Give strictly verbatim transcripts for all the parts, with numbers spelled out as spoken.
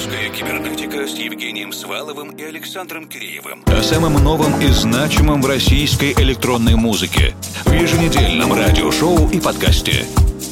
Русская кибернетика с Евгением Сваловым и Александром Киреевым. О самом новом и значимом в российской электронной музыке. В еженедельном радиошоу и подкасте.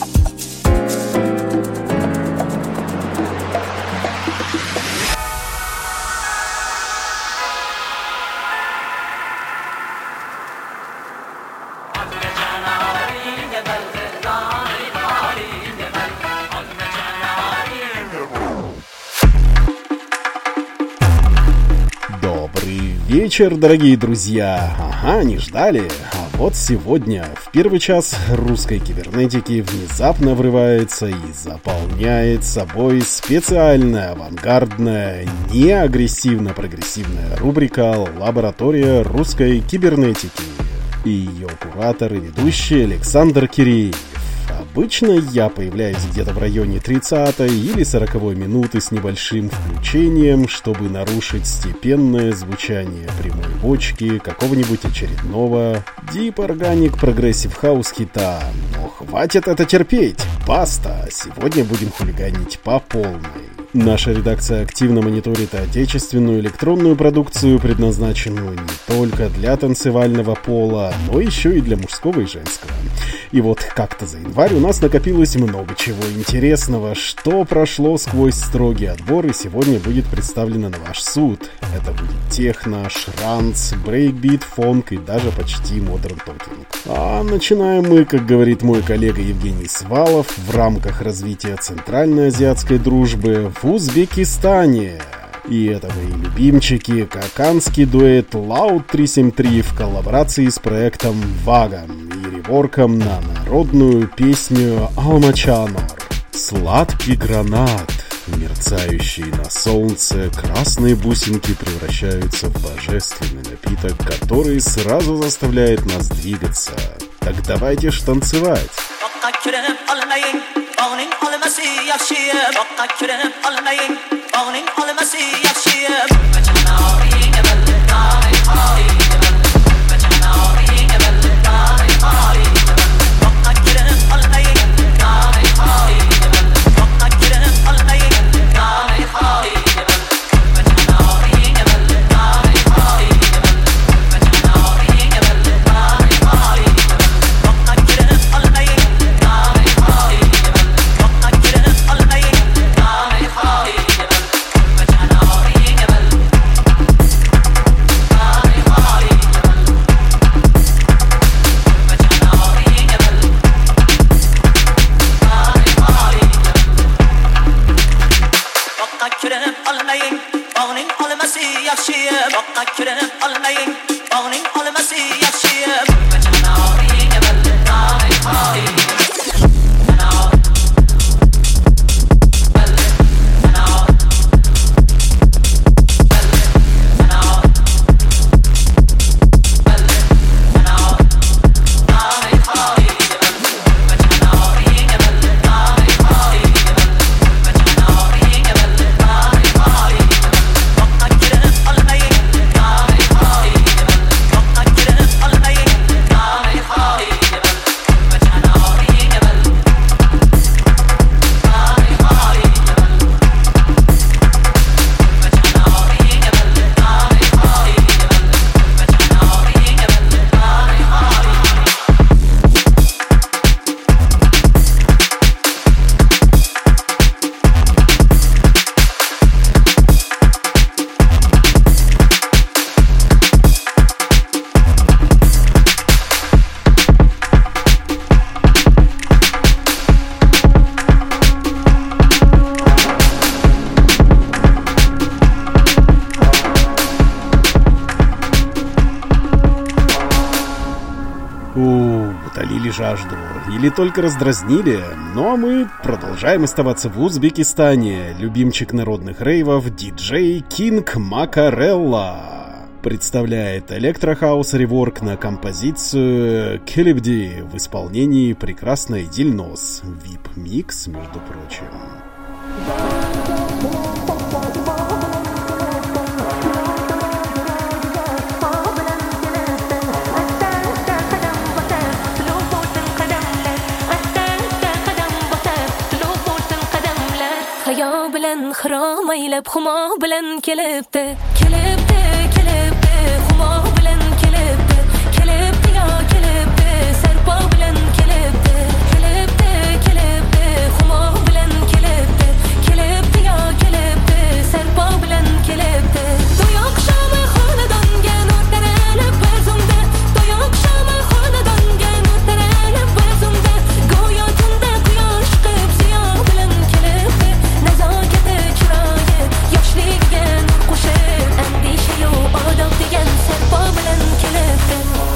Вечер, дорогие друзья! Ага, не ждали? А вот сегодня, в первый час русской кибернетики, внезапно врывается и заполняет собой специальная, авангардная, неагрессивно-прогрессивная рубрика «Лаборатория русской кибернетики». И ее куратор и ведущий Александр Киреев. Обычно я появляюсь где-то в районе тридцатой или сороковой минуты с небольшим включением, чтобы нарушить степенное звучание прямой бочки какого-нибудь очередного Deep Organic Progressive House хита. Но хватит это терпеть! Баста! Сегодня будем хулиганить по полной. Наша редакция активно мониторит отечественную электронную продукцию, предназначенную не только для танцевального пола, но еще и для мужского и женского. И вот как-то за январь у нас накопилось много чего интересного, что прошло сквозь строгий отбор и сегодня будет представлено на ваш суд. Это будет техно, шранц, брейкбит, фонк и даже почти модерн токинг. А начинаем мы, как говорит мой коллега Евгений Свалов, в рамках развития центральноазиатской дружбы в Узбекистане. И это мои любимчики, каканский дуэт Loud триста семьдесят три в коллаборации с проектом Ваган и реворком на народную песню Алмачанар. Сладкий гранат, мерцающий на солнце, красные бусинки превращаются в божественный напиток, который сразу заставляет нас двигаться. Так давайте ж танцевать. Жажду. Или только раздразнили. Ну а мы продолжаем оставаться в Узбекистане. Любимчик народных рейвов диджей Кинг Макарелла представляет электрохаус реворк на композицию Келебди в исполнении прекрасной Дильнос. вип-микс, между прочим. خياب bilen xrom aylab xumo bilen kelibdi kelibdi kelibdi xumo bilen kelibdi kelibdi ya kelibdi sarpo bilen kelibdi kelibdi kelibdi xumo bilen kelibdi kelibdi ya kelibdi sarpo bilen kelibdi to'yoq shami xonadonga nur taralib o'zimda to'yoq shami xonadonga nur taralib o'zimda go'yo tunda quyosh chiqib ziyo bilen kelibdi nazokati chiroyi yoshligiga nur qo'shib andisha yo'q odob degan sarpo bilen kelibdi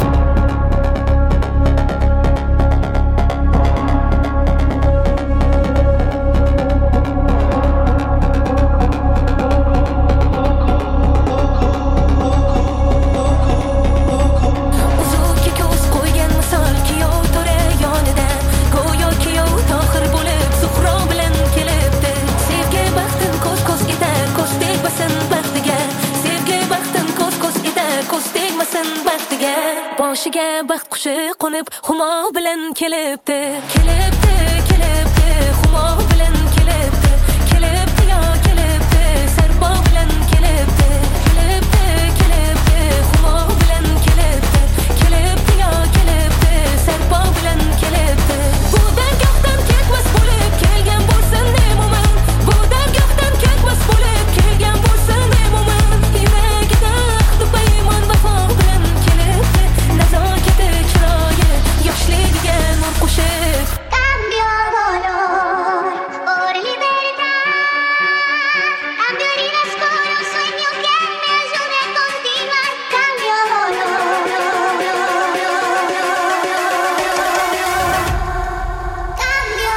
boshiga baxt qushi qo'nib xumo bilan kelibdi kelibdi kelibdi xumo bilan kelibdi kelibdi yo kelibdi sarpo bilan kelibdi kelibdi kelibdi xumo bilan kelibdi kelibdi yo kelibdi sarpo bilan kelibdi bu dargohdan ketmas bo'lib kelgan bo'lsin ne mo'min bu dargohdan ketmas bo'lib kelgan bo'lsin ne mo'min yuragida ahdi paymon vafo bilan kelibdi nazokati chiroyi yoshligiga nur qo'shib cambio dolor por libertad cambio heridas por un sueño que me ayude a continuar cambio dolor cambio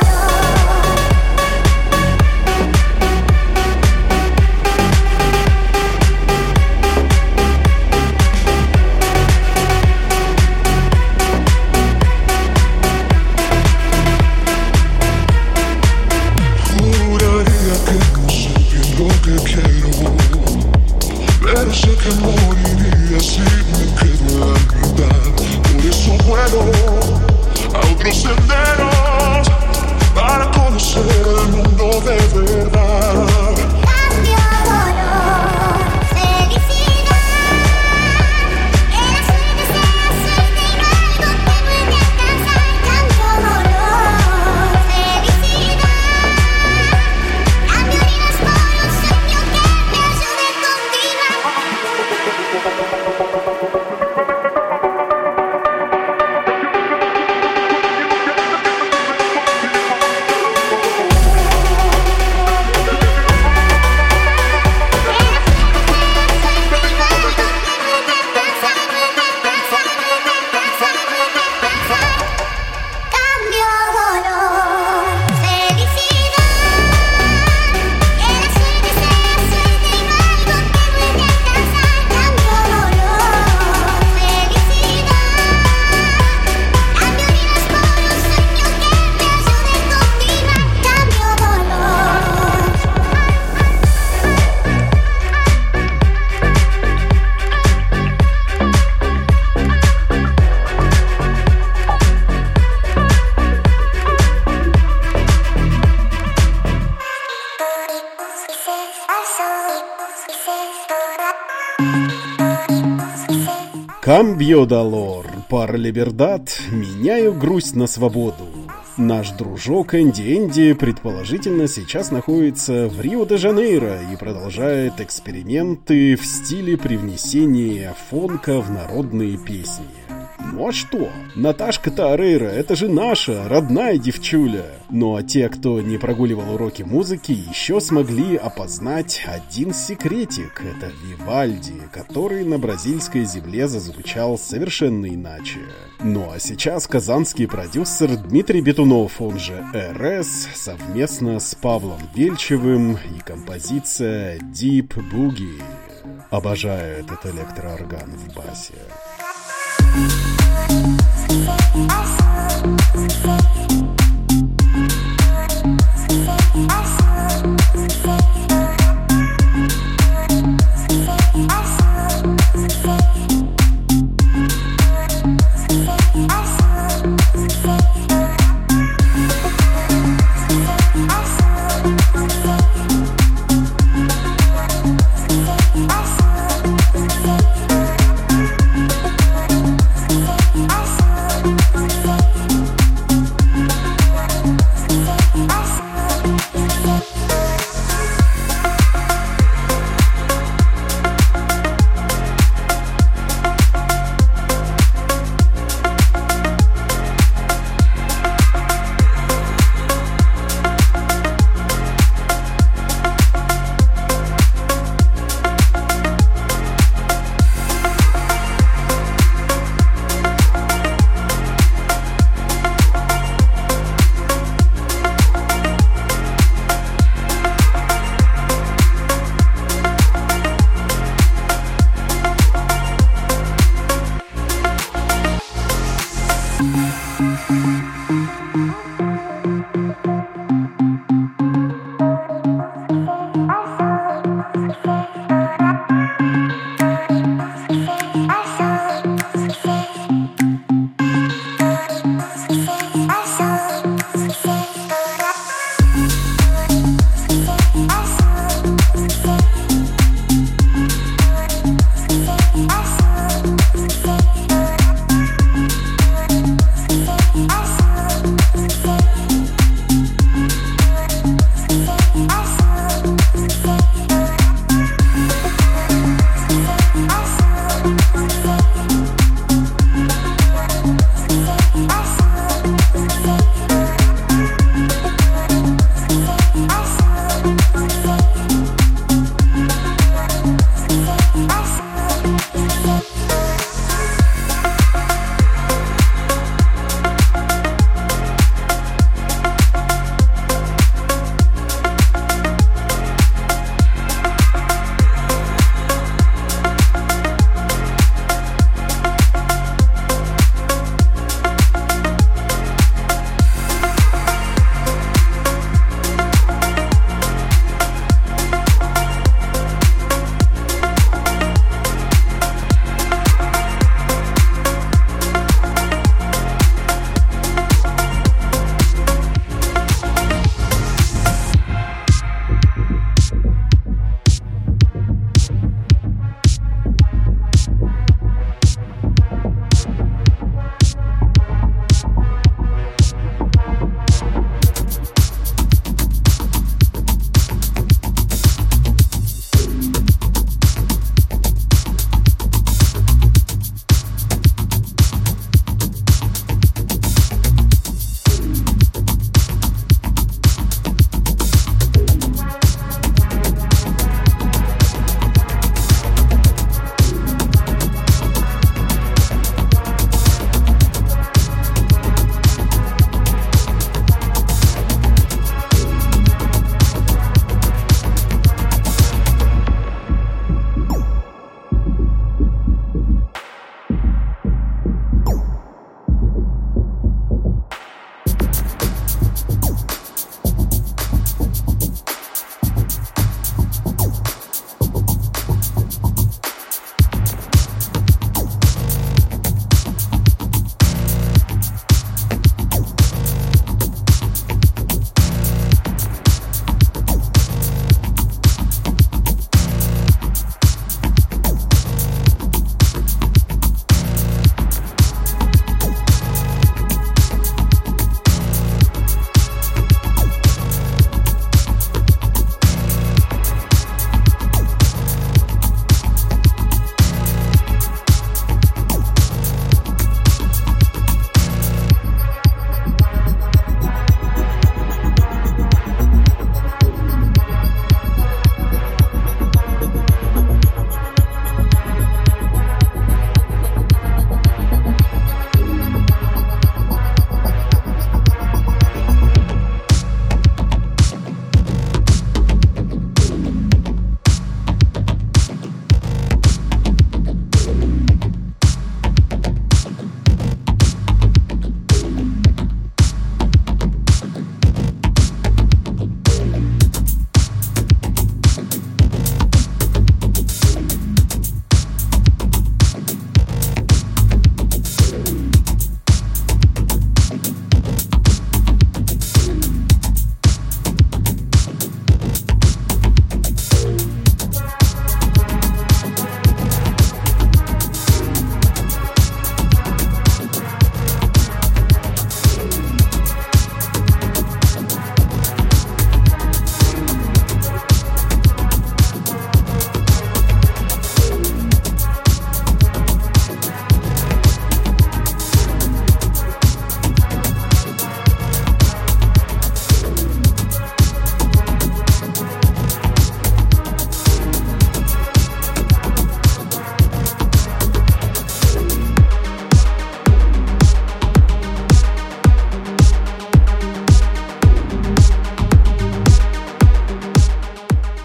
Juraría que no sé bien lo que quiero, pero sé que moriría si me quedo en la mitad. Por eso vuelo a otros senderos para conocer el mundo de verdad. cambio dolor felicidad que la suerte sea suerte y algo que puede alcanzar cambio dolor felicidad cambio heridas por un sueño que me ayude a cambio dolor felicidad que la suerte sea suerte y algo que puede alcanzar cambio dolor felicidad cambio heridas por un sueño que me ayude a continuar cambio dolor Cambio dolor, par libertad, меняю грусть на свободу. Наш дружок Энди Энди предположительно сейчас находится в Рио-де-Жанейро и продолжает эксперименты в стиле привнесения фонка в народные песни. Ну а что? Наташка Тарейра, это же наша, родная девчуля. Ну а те, кто не прогуливал уроки музыки, еще смогли опознать один секретик. Это Вивальди, который на бразильской земле зазвучал совершенно иначе. Ну а сейчас казанский продюсер Дмитрий Бетунов, он же эр эс, совместно с Павлом Вельчевым и композиция Deep Boogie. Обожаю этот электроорган в басе. Thank you.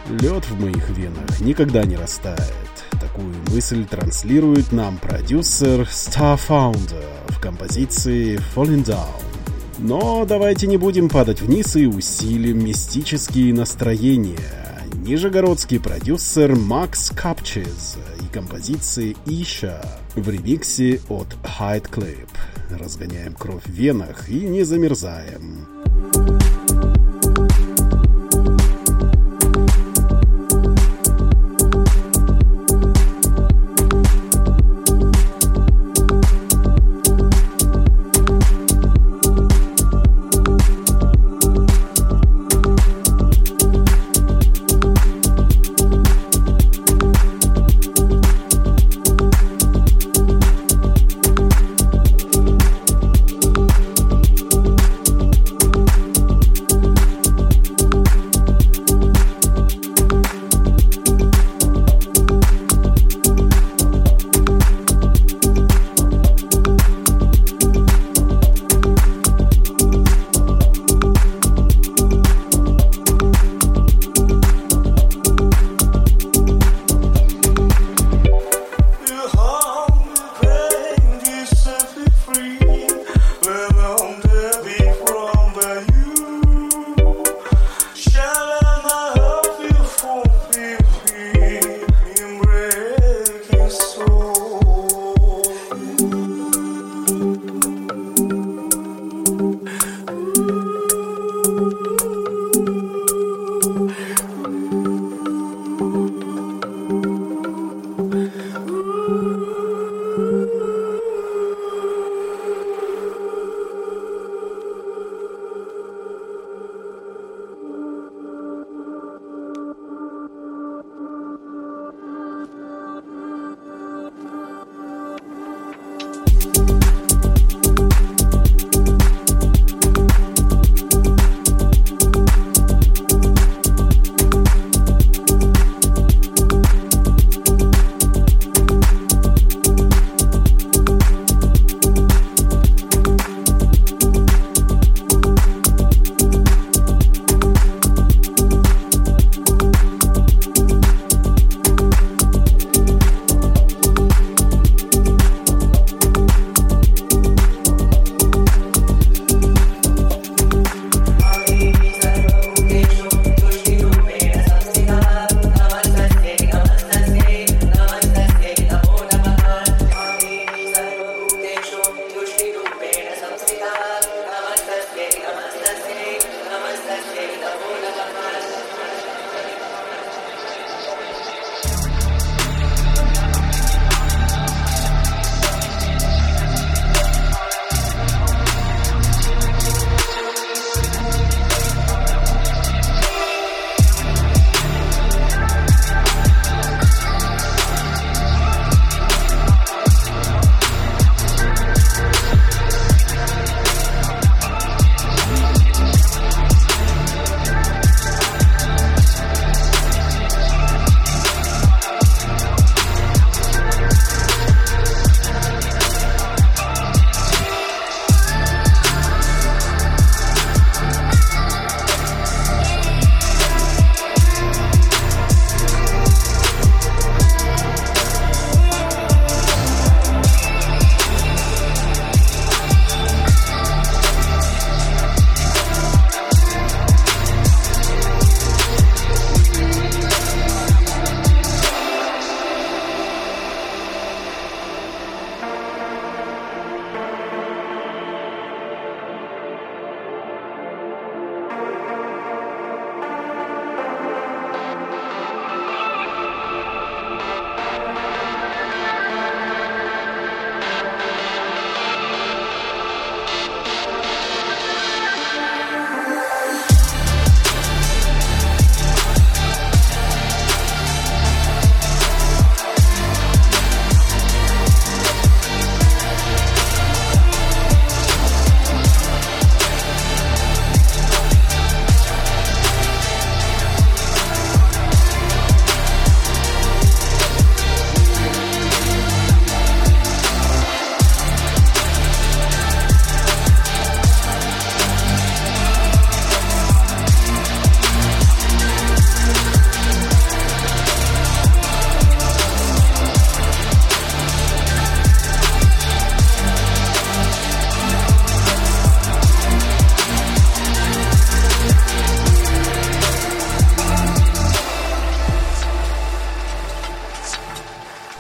Лед в моих венах никогда не растает. Такую мысль транслирует нам продюсер Starfounder в композиции Falling Down. Но давайте не будем падать вниз и усилим мистические настроения. Нижегородский продюсер Макс Капчез и композиции Isha в ремиксе от Hyde Clip. Разгоняем кровь в венах и не замерзаем.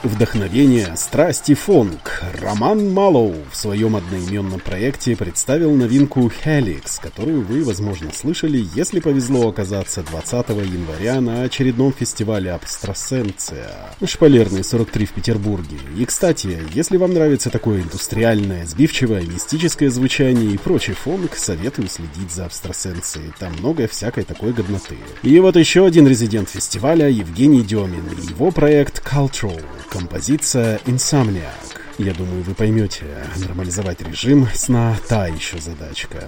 Вдохновение, страсть и фонк. Роман Маллоу в своем одноименном проекте представил новинку Helix, которую вы, возможно, слышали, если повезло оказаться двадцатого января на очередном фестивале Абстрасенция, Шпалерный сорок три в Петербурге. И, кстати, если вам нравится такое индустриальное, сбивчивое, мистическое звучание и прочий фонк, советую следить за Абстрасенцией. Там много всякой такой годноты. И вот еще один резидент фестиваля Евгений Демин и его проект Cultural. Композиция «Insomniac». Я думаю, вы поймете, нормализовать режим сна – та еще задачка.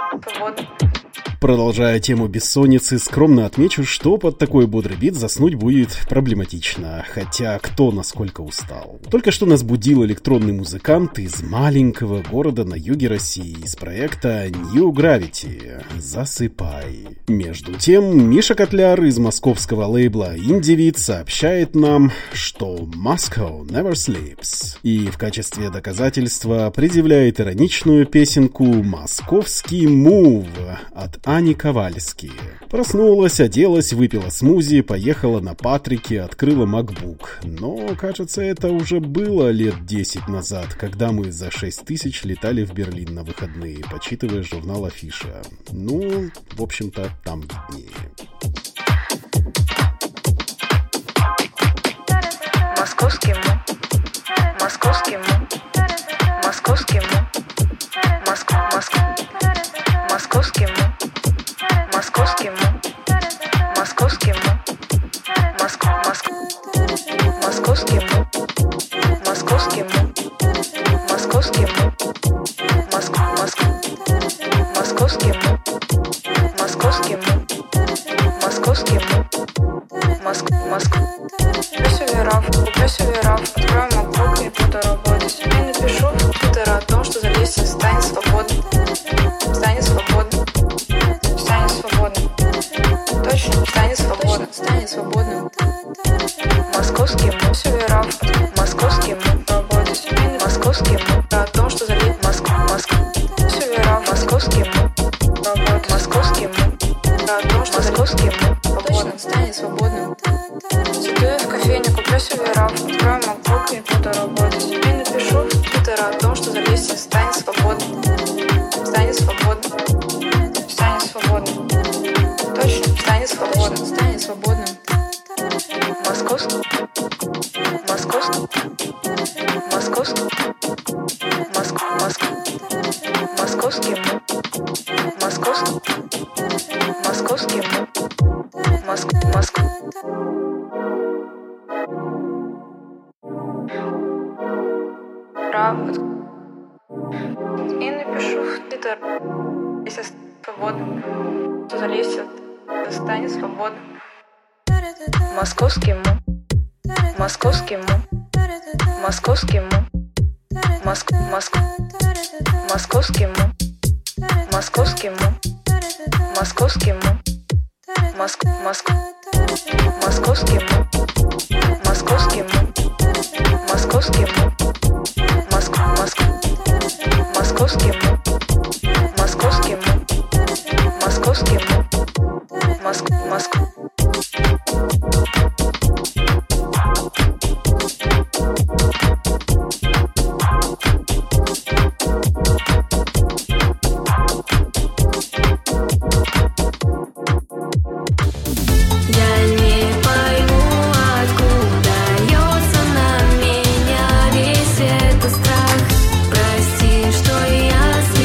свободно. Продолжая тему бессонницы, скромно отмечу, что под такой бодрый бит заснуть будет проблематично. Хотя кто насколько устал. Только что нас будил электронный музыкант из маленького города на юге России из проекта New Gravity. Засыпай. Между тем, Миша Котляр из московского лейбла Individ сообщает нам, что Moscow never sleeps. И в качестве доказательства предъявляет ироничную песенку «Московский мув» от Ани Ковальски. Проснулась, оделась, выпила смузи, поехала на Патрике, открыла MacBook. Но, кажется, это уже было лет десять назад, когда мы за шесть тысяч летали в Берлин на выходные, почитывая журнал Афиша. Ну, в общем-то, там виднее. Московский му, московский му, московский му, Моск, Моск, московский му. Московский му, московский му, Моск, Моск, московский му, московский му, московский му, Моск, Моск, московский му, московский му, московский му, Моск, Моск. Куплю себе раф, куплю себе раф, открою MacBook и буду работать. Я напишу в Твиттер о том, что за листья станет свободным, станет свободным. Точно, станет свободным, станет свободным. Московский му, себе раф, московский му, работать. Московский му, о том, что залит Моск, Моск. Себе раф, московский му, работать. Московский му, о том, что московский му, свободным, станет свободным. Зайду я в кофейню, куплю себе раф, открою MacBook и буду работать. И напишу в Твиттер о том, что за листья станет свободным, станет свободным, станет свободным. Точно, станет свободным, станет свободным. Московский, московский, московский, Моск, Моск, московский му, московский, московский му, Моск, Моск. Правда. И напишу в Твиттер, если свободным, то залезет, станет свободным. Московский му, московский му, московский му, Моск, Моск, московский му, московский му, московский му, Моск, Моск, московский му, московский му, московский му, Моск, Моск, московский му, московский му, московский му, Моск, Моск. Что я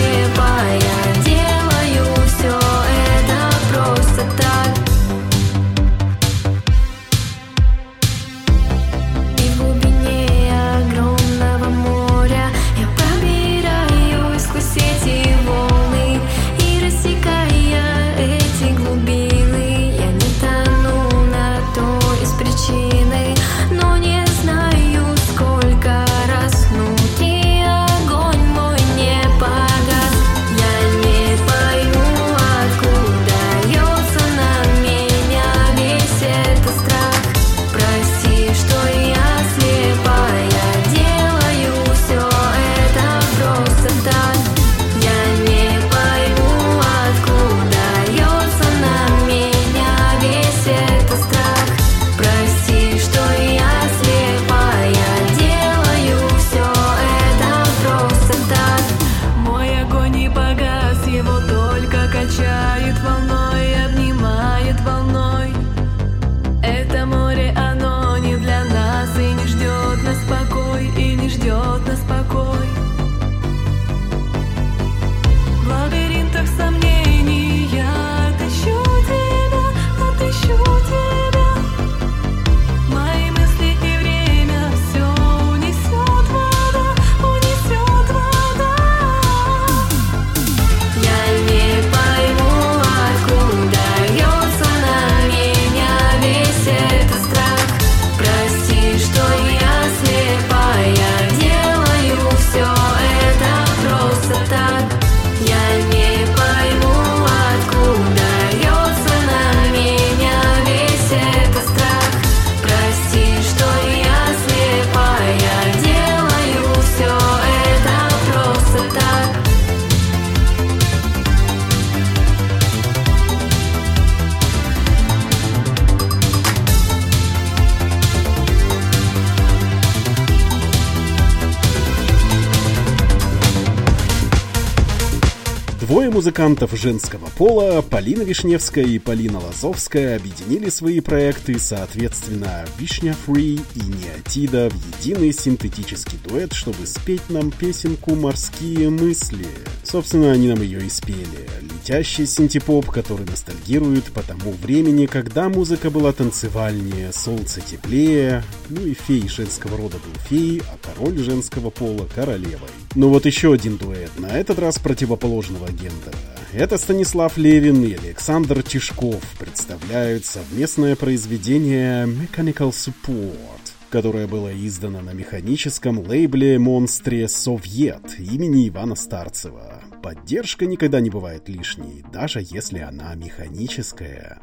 Двое музыкантов женского пола, Полина Вишневская и Полина Лазовская, объединили свои проекты, соответственно, Вишня Free и Неотида, в единый синтетический дуэт, чтобы спеть нам песенку «Морские мысли». Собственно, они нам ее и спели. Летящий синтепоп, который ностальгирует по тому времени, когда музыка была танцевальнее, солнце теплее, ну и фей женского рода был феей, а король женского пола — королевой. Ну вот еще один дуэт, на этот раз противоположного гендера. Это Станислав Левин и Александр Тишков представляют совместное произведение Mechanical Support, которое было издано на механическом лейбле «Монстре Совет» имени Ивана Старцева. Поддержка никогда не бывает лишней, даже если она механическая.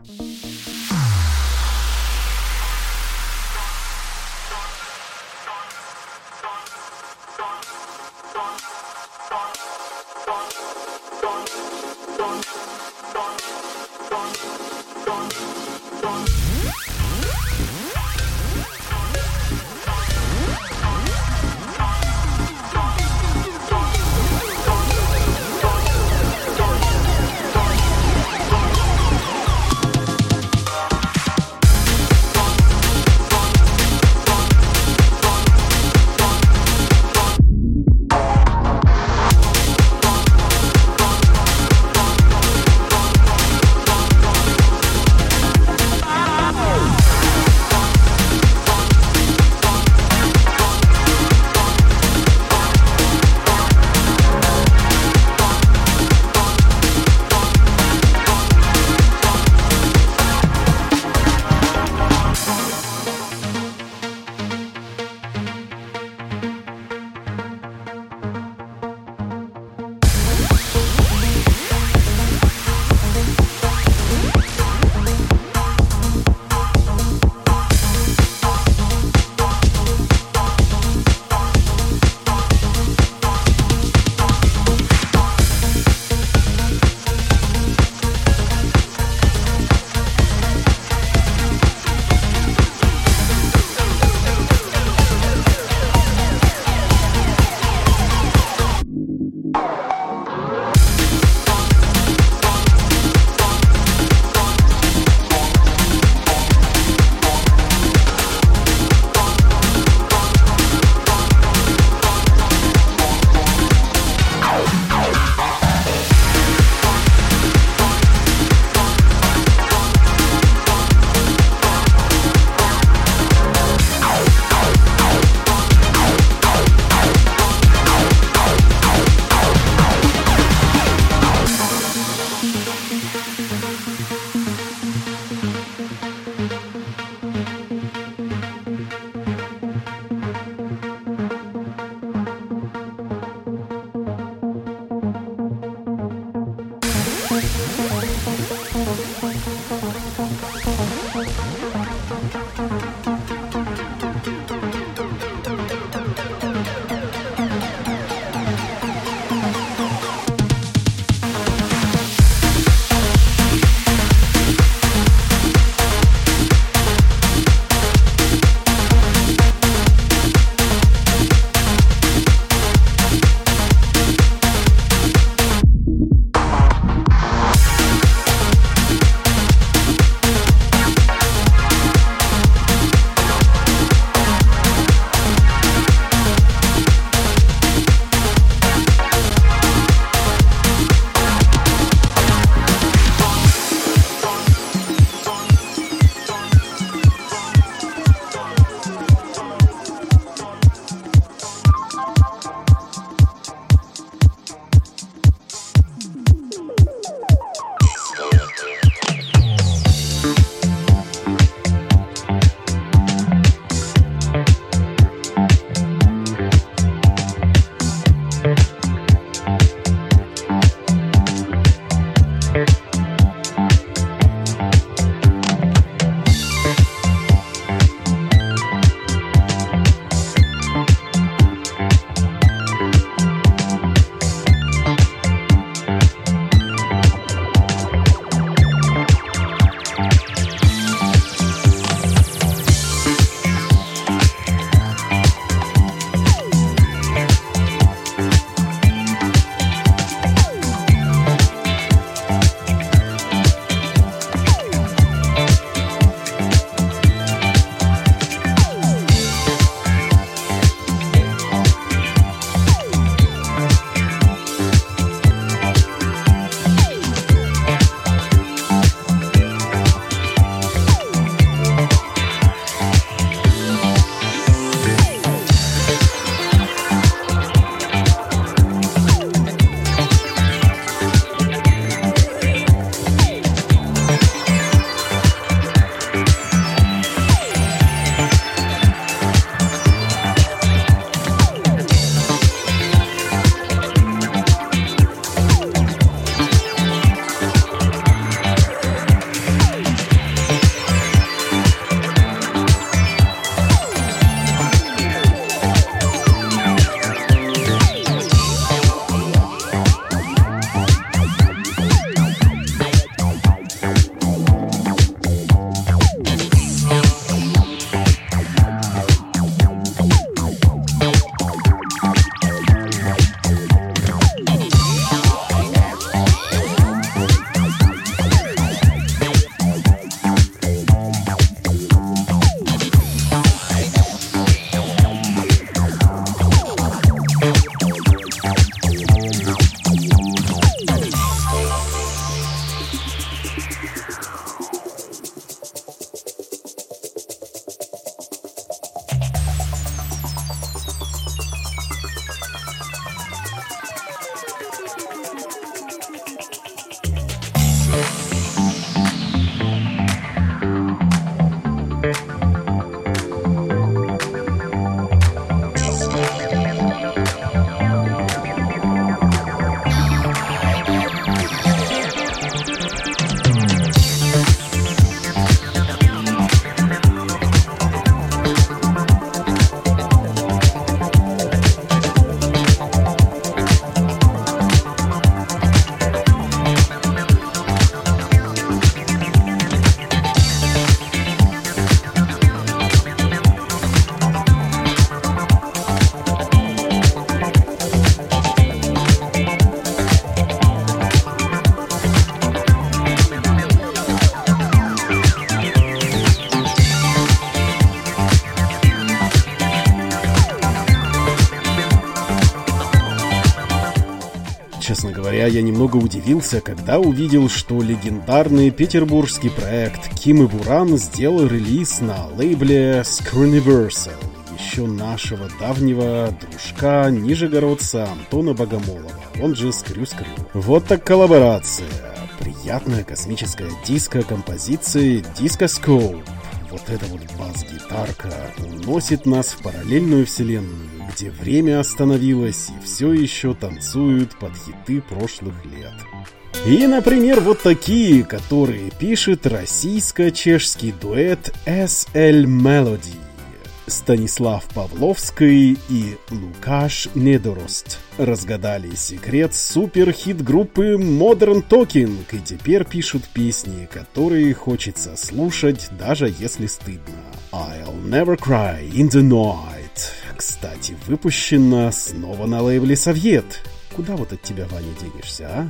говоря, я немного удивился, когда увидел, что легендарный петербургский проект Ким и Буран сделал релиз на лейбле Screwniversal, еще нашего давнего дружка нижегородца Антона Богомолова, он же Скрю-Скрю. Вот так коллаборация. Приятная космическая диско-композиция Disco-Scope. Вот эта вот бас-гитарка уносит нас в параллельную вселенную, где время остановилось и все еще танцуют под хиты прошлых лет. И, например, вот такие, которые пишет российско-чешский дуэт эс эл Melody. Станислав Павловский и Лукаш Недорост разгадали секрет супер-хит-группы Modern Talking и теперь пишут песни, которые хочется слушать, даже если стыдно. I'll Never Cry in the Night. Кстати, выпущена снова на лейбле Совет. Куда вот от тебя, Ваня, денешься, а?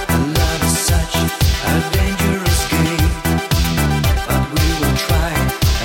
Dangerous game, but we will try.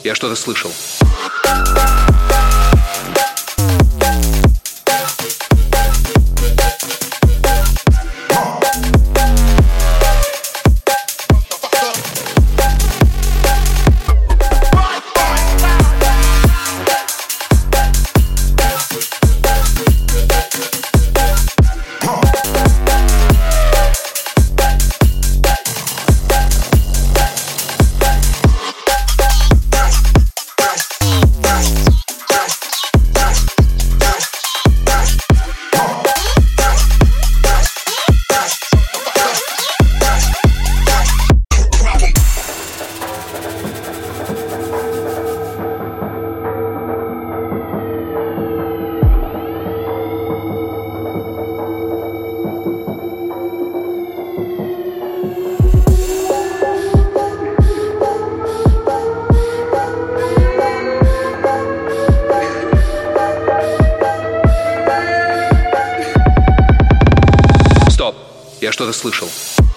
я что-то слышал. Я что-то слышал.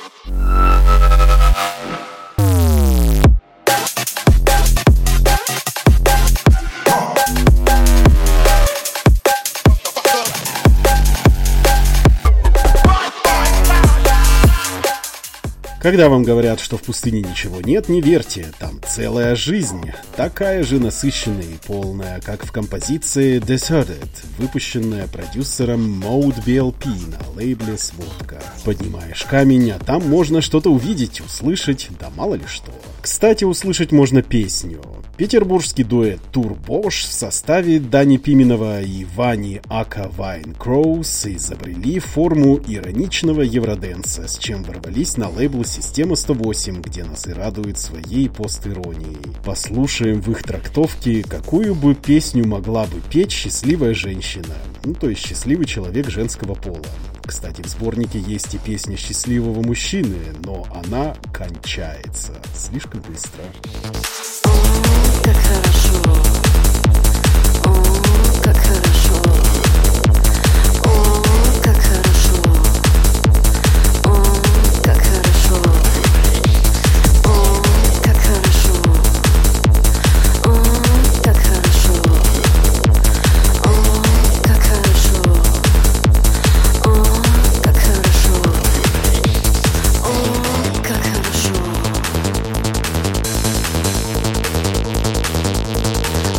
Когда вам говорят, что в пустыне ничего нет, не верьте, там целая жизнь, такая же насыщенная и полная, как в композиции Deserted, выпущенная продюсером Mode би эл пи на лейбле Сводка. Поднимаешь камень, а там можно что-то увидеть, услышать, да мало ли что. Кстати, услышать можно песню. Петербургский дуэт Турбош в составе Дани Пименова и Вани Ака Вайн Кроус изобрели форму ироничного евроденса, с чем ворвались на лейбл Система сто восемь, где нас и радует своей пост-иронией. Послушаем в их трактовке, какую бы песню могла бы петь счастливая женщина, ну то есть счастливый человек женского пола. Кстати, в сборнике есть и песня счастливого мужчины, но она кончается слишком быстро. Как хорошо, о, как хорошо, о, как хорошо, о, как хорошо, о, как хорошо, о, как хорошо, о, как хорошо, о, как хорошо, о, как хорошо.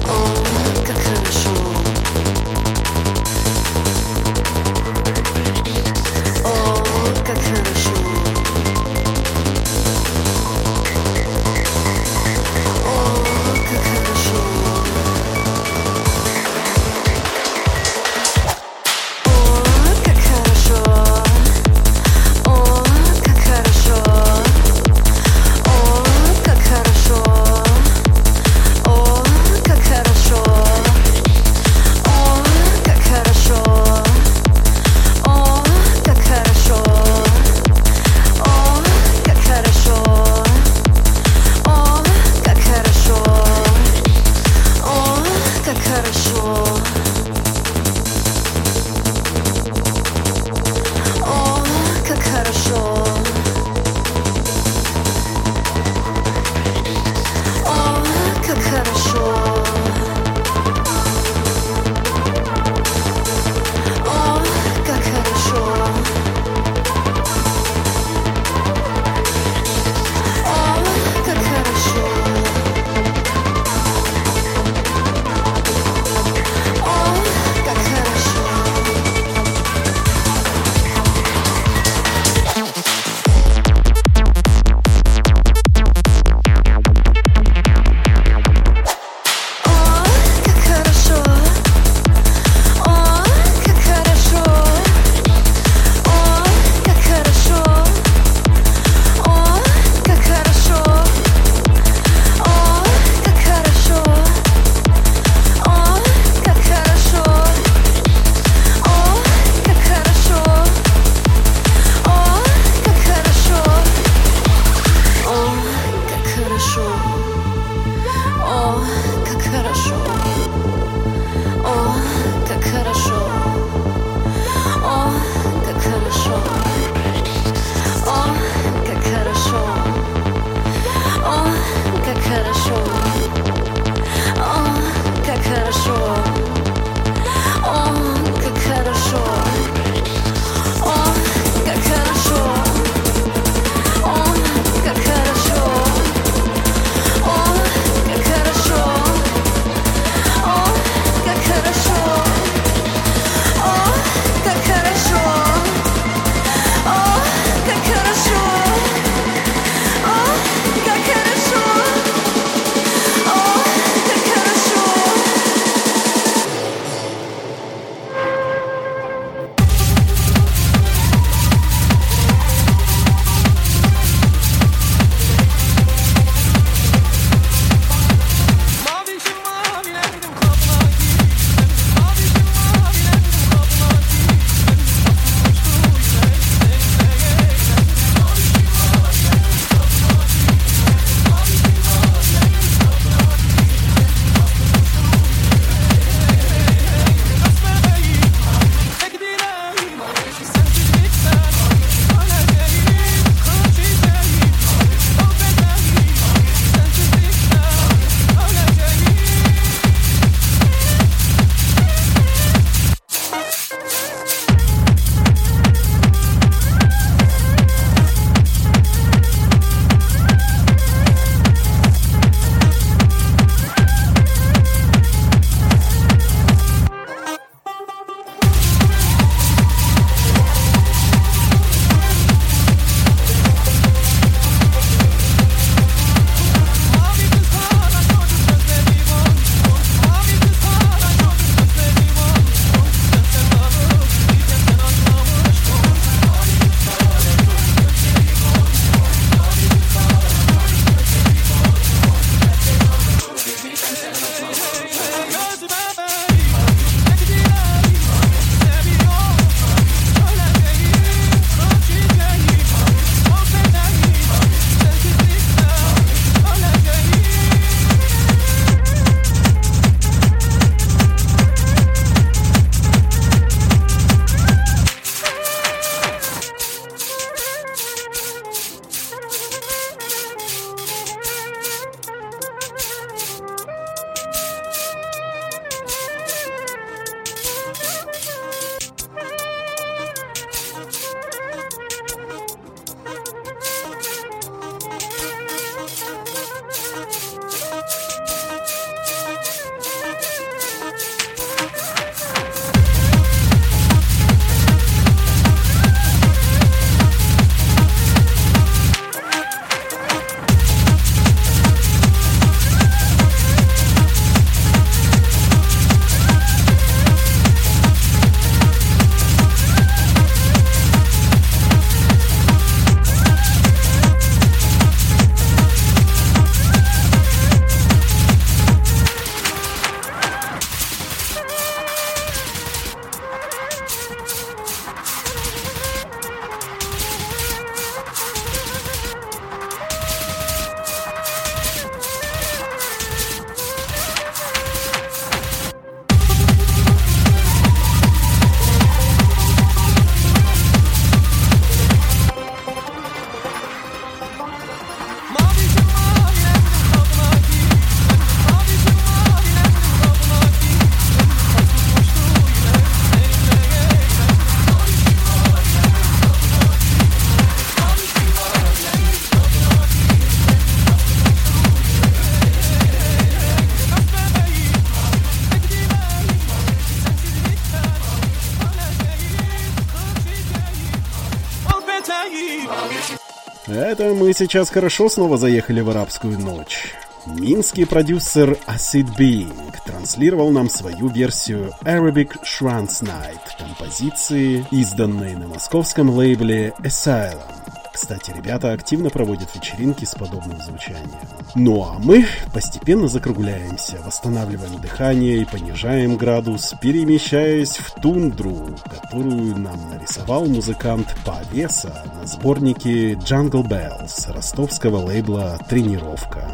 Ребята, мы сейчас хорошо снова заехали в арабскую ночь. Минский продюсер Acid Being транслировал нам свою версию Arabic Trance Night композиции, изданной на московском лейбле Asylum. Кстати, ребята активно проводят вечеринки с подобным звучанием. Ну а мы постепенно закругляемся, восстанавливаем дыхание и понижаем градус, перемещаясь в тундру, которую нам нарисовал музыкант Павеса на сборнике Jungle Bells ростовского лейбла «Тренировка».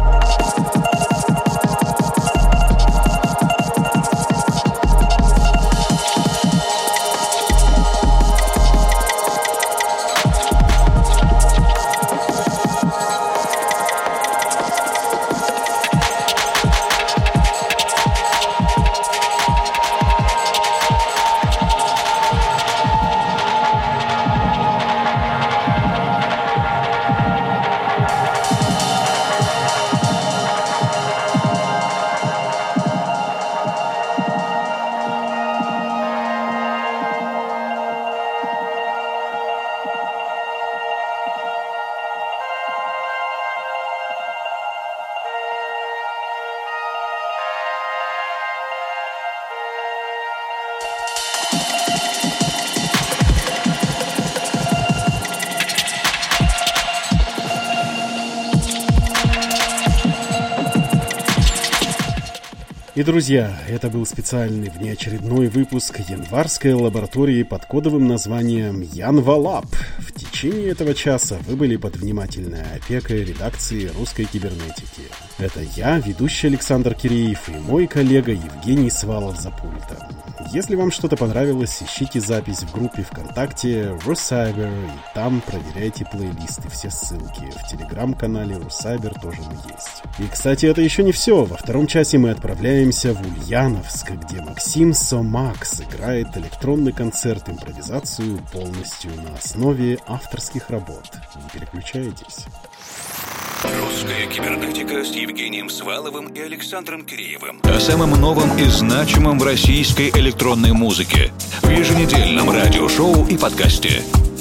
И, друзья, это был специальный внеочередной выпуск январской лаборатории под кодовым названием Янвалаб. В течение этого часа вы были под внимательной опекой редакции русской кибернетики. Это я, ведущий Александр Киреев, и мой коллега Евгений Свалов за пультом. Если вам что-то понравилось, ищите запись в группе ВКонтакте Русайбер, и там проверяйте плейлисты, все ссылки. В телеграм-канале Русайбер тоже мы есть. И, кстати, это еще не все. Во втором часе мы отправляемся в Ульяновск, где Максим Сомакс играет электронный концерт-импровизацию полностью на основе авторских работ. Не переключайтесь. Русская кибернетика с Евгением Сваловым и Александром Киреевым. О самом новом и значимом в российской электронной музыке. В еженедельном радиошоу и подкасте.